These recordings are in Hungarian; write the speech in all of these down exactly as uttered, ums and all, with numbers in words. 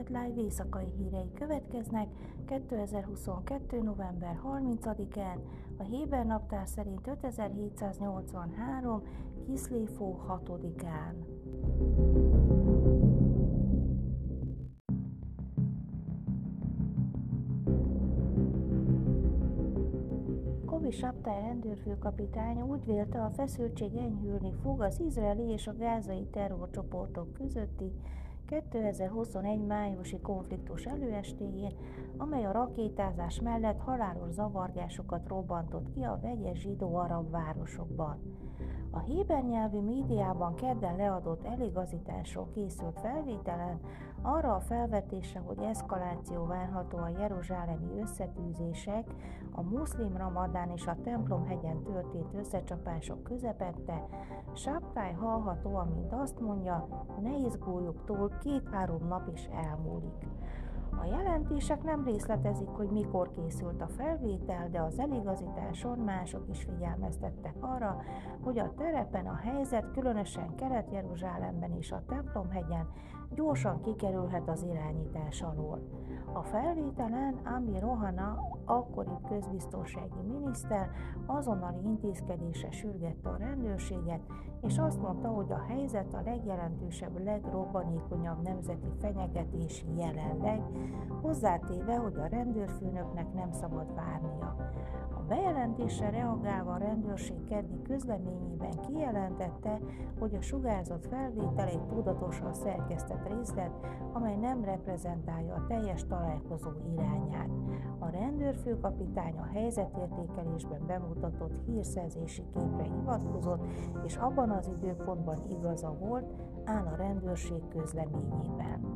World Live éjszakai hírei következnek kétezer-huszonkettő. november harmincadikán, a héber naptár szerint ötezer-hétszáznyolcvanhárom. Kiszlév-hó hatodikán. Kobi Sabtai rendőrfőkapitány úgy vélte, a feszültség enyhülni fog az izraeli és a gázai terrorcsoportok közötti kétezer-huszonegy májusi konfliktus előestéjén, amely a rakétázás mellett halálos zavargásokat robbantott ki a vegyes zsidó-arab városokban. A héber nyelvű médiában kedden leadott eligazításról készült felvételen arra a felvetésre, hogy eszkaláció várható a jeruzsálemi összetűzések, a muszlim ramadán és a templomhegyen történt összecsapások közepette, Sabtai hallhatóan, mint azt mondja, ne izguljuk túl, két-három nap is elmúlik. A jelentések nem részletezik, hogy mikor készült a felvétel, de az eligazításon mások is figyelmeztettek arra, hogy a terepen a helyzet, különösen Kelet-Jeruzsálemben és a templomhegyen gyorsan kikerülhet az irányítás alól. A felvételen Amir Ohana, akkori közbiztonsági miniszter, azonnali intézkedésre sürgette a rendőrséget, és azt mondta, hogy a helyzet a legjelentősebb, legrobbanékonyabb nemzeti fenyegetés jelenleg, hozzátéve, hogy a rendőrfőnöknek nem szabad várnia. A bejelentésre reagálva a rendőrség keddi közleményében kijelentette, hogy a sugárzott felvétel egy tudatosan szerkesztett részlet, amely nem reprezentálja a teljes találkozó irányát. A rendőrfőkapitány a helyzetértékelésben bemutatott hírszerzési képre hivatkozott, és abban az időpontban igaza volt, áll a rendőrség közleményében.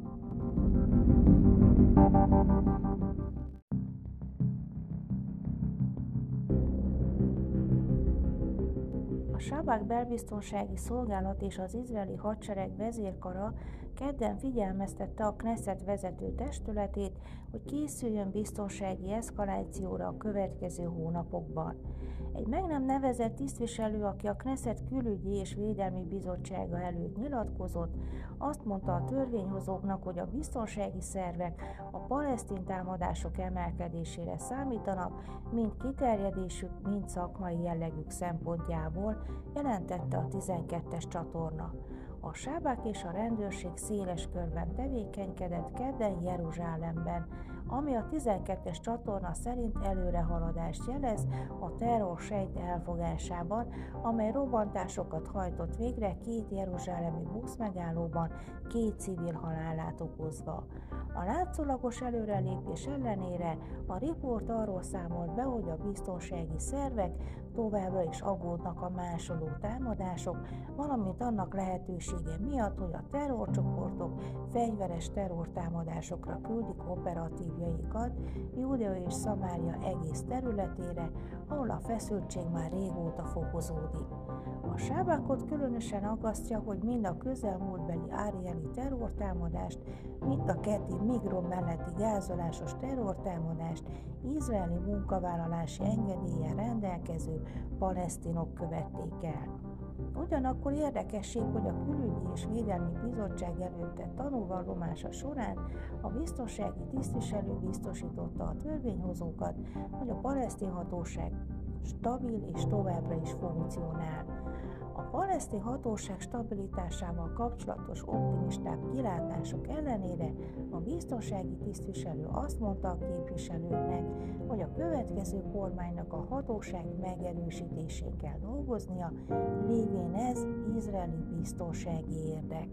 A Sabak belbiztonsági szolgálat és az izraeli hadsereg vezérkara kedden figyelmeztette a Knesset vezető testületét, hogy készüljön biztonsági eszkalációra a következő hónapokban. Egy meg nem nevezett tisztviselő, aki a Knesset külügyi és védelmi bizottsága előtt nyilatkozott, azt mondta a törvényhozóknak, hogy a biztonsági szervek a palesztin támadások emelkedésére számítanak, mind kiterjedésük, mind szakmai jellegük szempontjából, jelentette a tizenkettes csatorna. A sábák és a rendőrség széles körben tevékenykedett kedden Jeruzsálemben, ami a tizenkettes csatorna szerint előrehaladást jelez a terror sejt elfogásában, amely robbantásokat hajtott végre két jeruzsálemi buszmegállóban, két civil halálát okozva. A látszólagos előrelépés ellenére a riport arról számolt be, hogy a biztonsági szervek továbbra is aggódnak a másoló támadások, valamint annak lehetősége miatt, hogy a terrorcsoportok fegyveres terrortámadásokra küldik operatívjaikat Júdea és Szamária egész területére, ahol a feszültség már régóta fokozódik. A sábákot különösen aggasztja, hogy mind a közelmúltbeli árieli terrortámadást, mind a Keti Migron melletti gázolásos terrortámadást izraeli munkavállalási engedéllyel rendelkező palesztinok követték el. Ugyanakkor érdekesség, hogy a Külügyi és Védelmi Bizottság előtt tett tanúvallomása során a biztonsági tisztviselő biztosította a törvényhozókat, hogy a palesztin hatóság stabil és továbbra is funkcionál. A palesztin hatóság stabilitásával kapcsolatos optimistább kilátások ellenére a biztonsági tisztviselő azt mondta a képviselőknek, hogy a következő kormánynak a hatóság megerősítésén kell dolgoznia, lévén ez izraeli biztonsági érdek.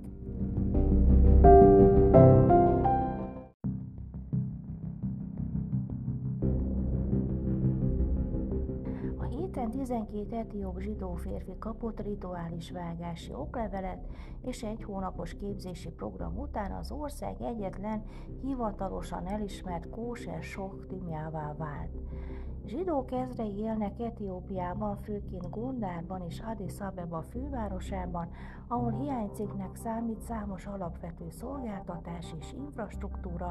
tizenkét etióp zsidó férfi kapott rituális vágási oklevelet, és egy hónapos képzési program után az ország egyetlen hivatalosan elismert kóser soktimjává vált. Zsidók ezrei élnek Etiópiában, főként Gondárban és Addis Abeba fővárosában, ahol hiánycikknek számít számos alapvető szolgáltatás és infrastruktúra,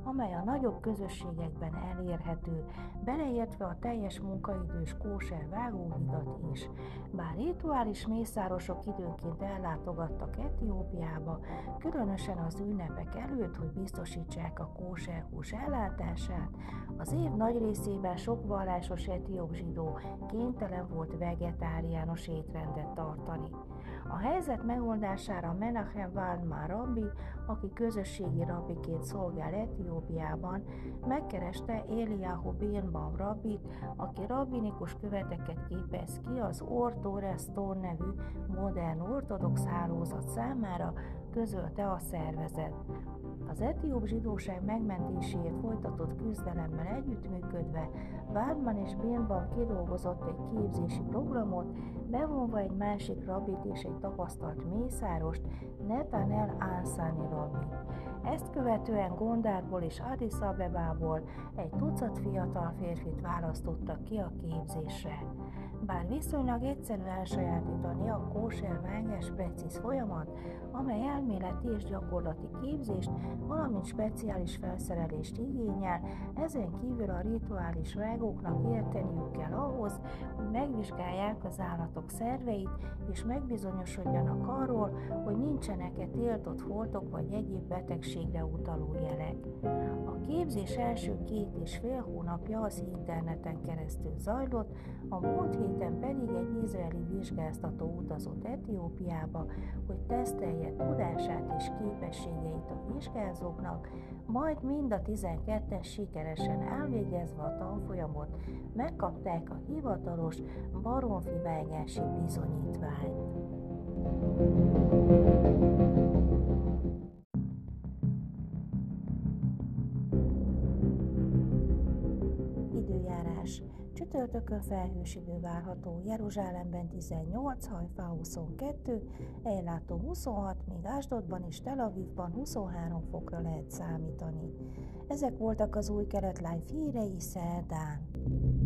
amely a nagyobb közösségekben elérhető, beleértve a teljes munkaidős kóser vágóhidat is. Bár rituális mészárosok időnként ellátogattak Etiópiába, különösen az ünnepek előtt, hogy biztosítsák a kóser hús ellátását, az év nagy részében sok vallásos etióp zsidó kénytelen volt vegetáriánus étrendet tartani. A helyzet megoldására Menachem Waldman rabbi, aki közösségi rabbiként szolgál Etiópiában, megkereste Eliyahu Birnbaum rabbit, aki rabbinikus követeket képez ki az Or Torah Stone nevű modern ortodox hálózat számára, közölte a szervezet. Az etióp zsidóság megmentéséért folytatott küzdelemmel együttműködve Waldman és Birnbaum kidolgozott egy képzési programot, bevonva egy másik rabbit és egy tapasztalt mészárost, Netanel Ansani rabbit. Ezt követően Gondárból és Addis Abebából egy tucat fiatal férfit választottak ki a képzésre. Bár viszonylag egyszerű elsajátítani a kóser vágás precíz folyamat, amely elméleti és gyakorlati képzést, valamint speciális felszerelést igényel, ezen kívül a rituális vágóknak érteniük kell ahhoz, hogy megvizsgálják az állatok szerveit, és megbizonyosodjanak arról, hogy nincsenek-e tiltott foltok vagy egyéb betegségre utaló jelek. A képzés első két és fél hónapja az interneten keresztül zajlott, a múlt héten pedig egy izraeli vizsgáztató utazott Etiópiába, hogy tesztelje tudását és képességeit a vizsgázóknak, majd mind a tizenketten sikeresen elvégezve a tanfolyamot megkapták a hivatalos baromfivágási bizonyítványt. Időjárás. Csütörtökön felhős idő várható, Jeruzsálemben tizennyolc, Hajfán huszonkettő, Ejláton huszonhat, míg Ásdodban és Tel Avivban huszonhárom fokra lehet számítani. Ezek voltak az új kelet live hírei szerdán.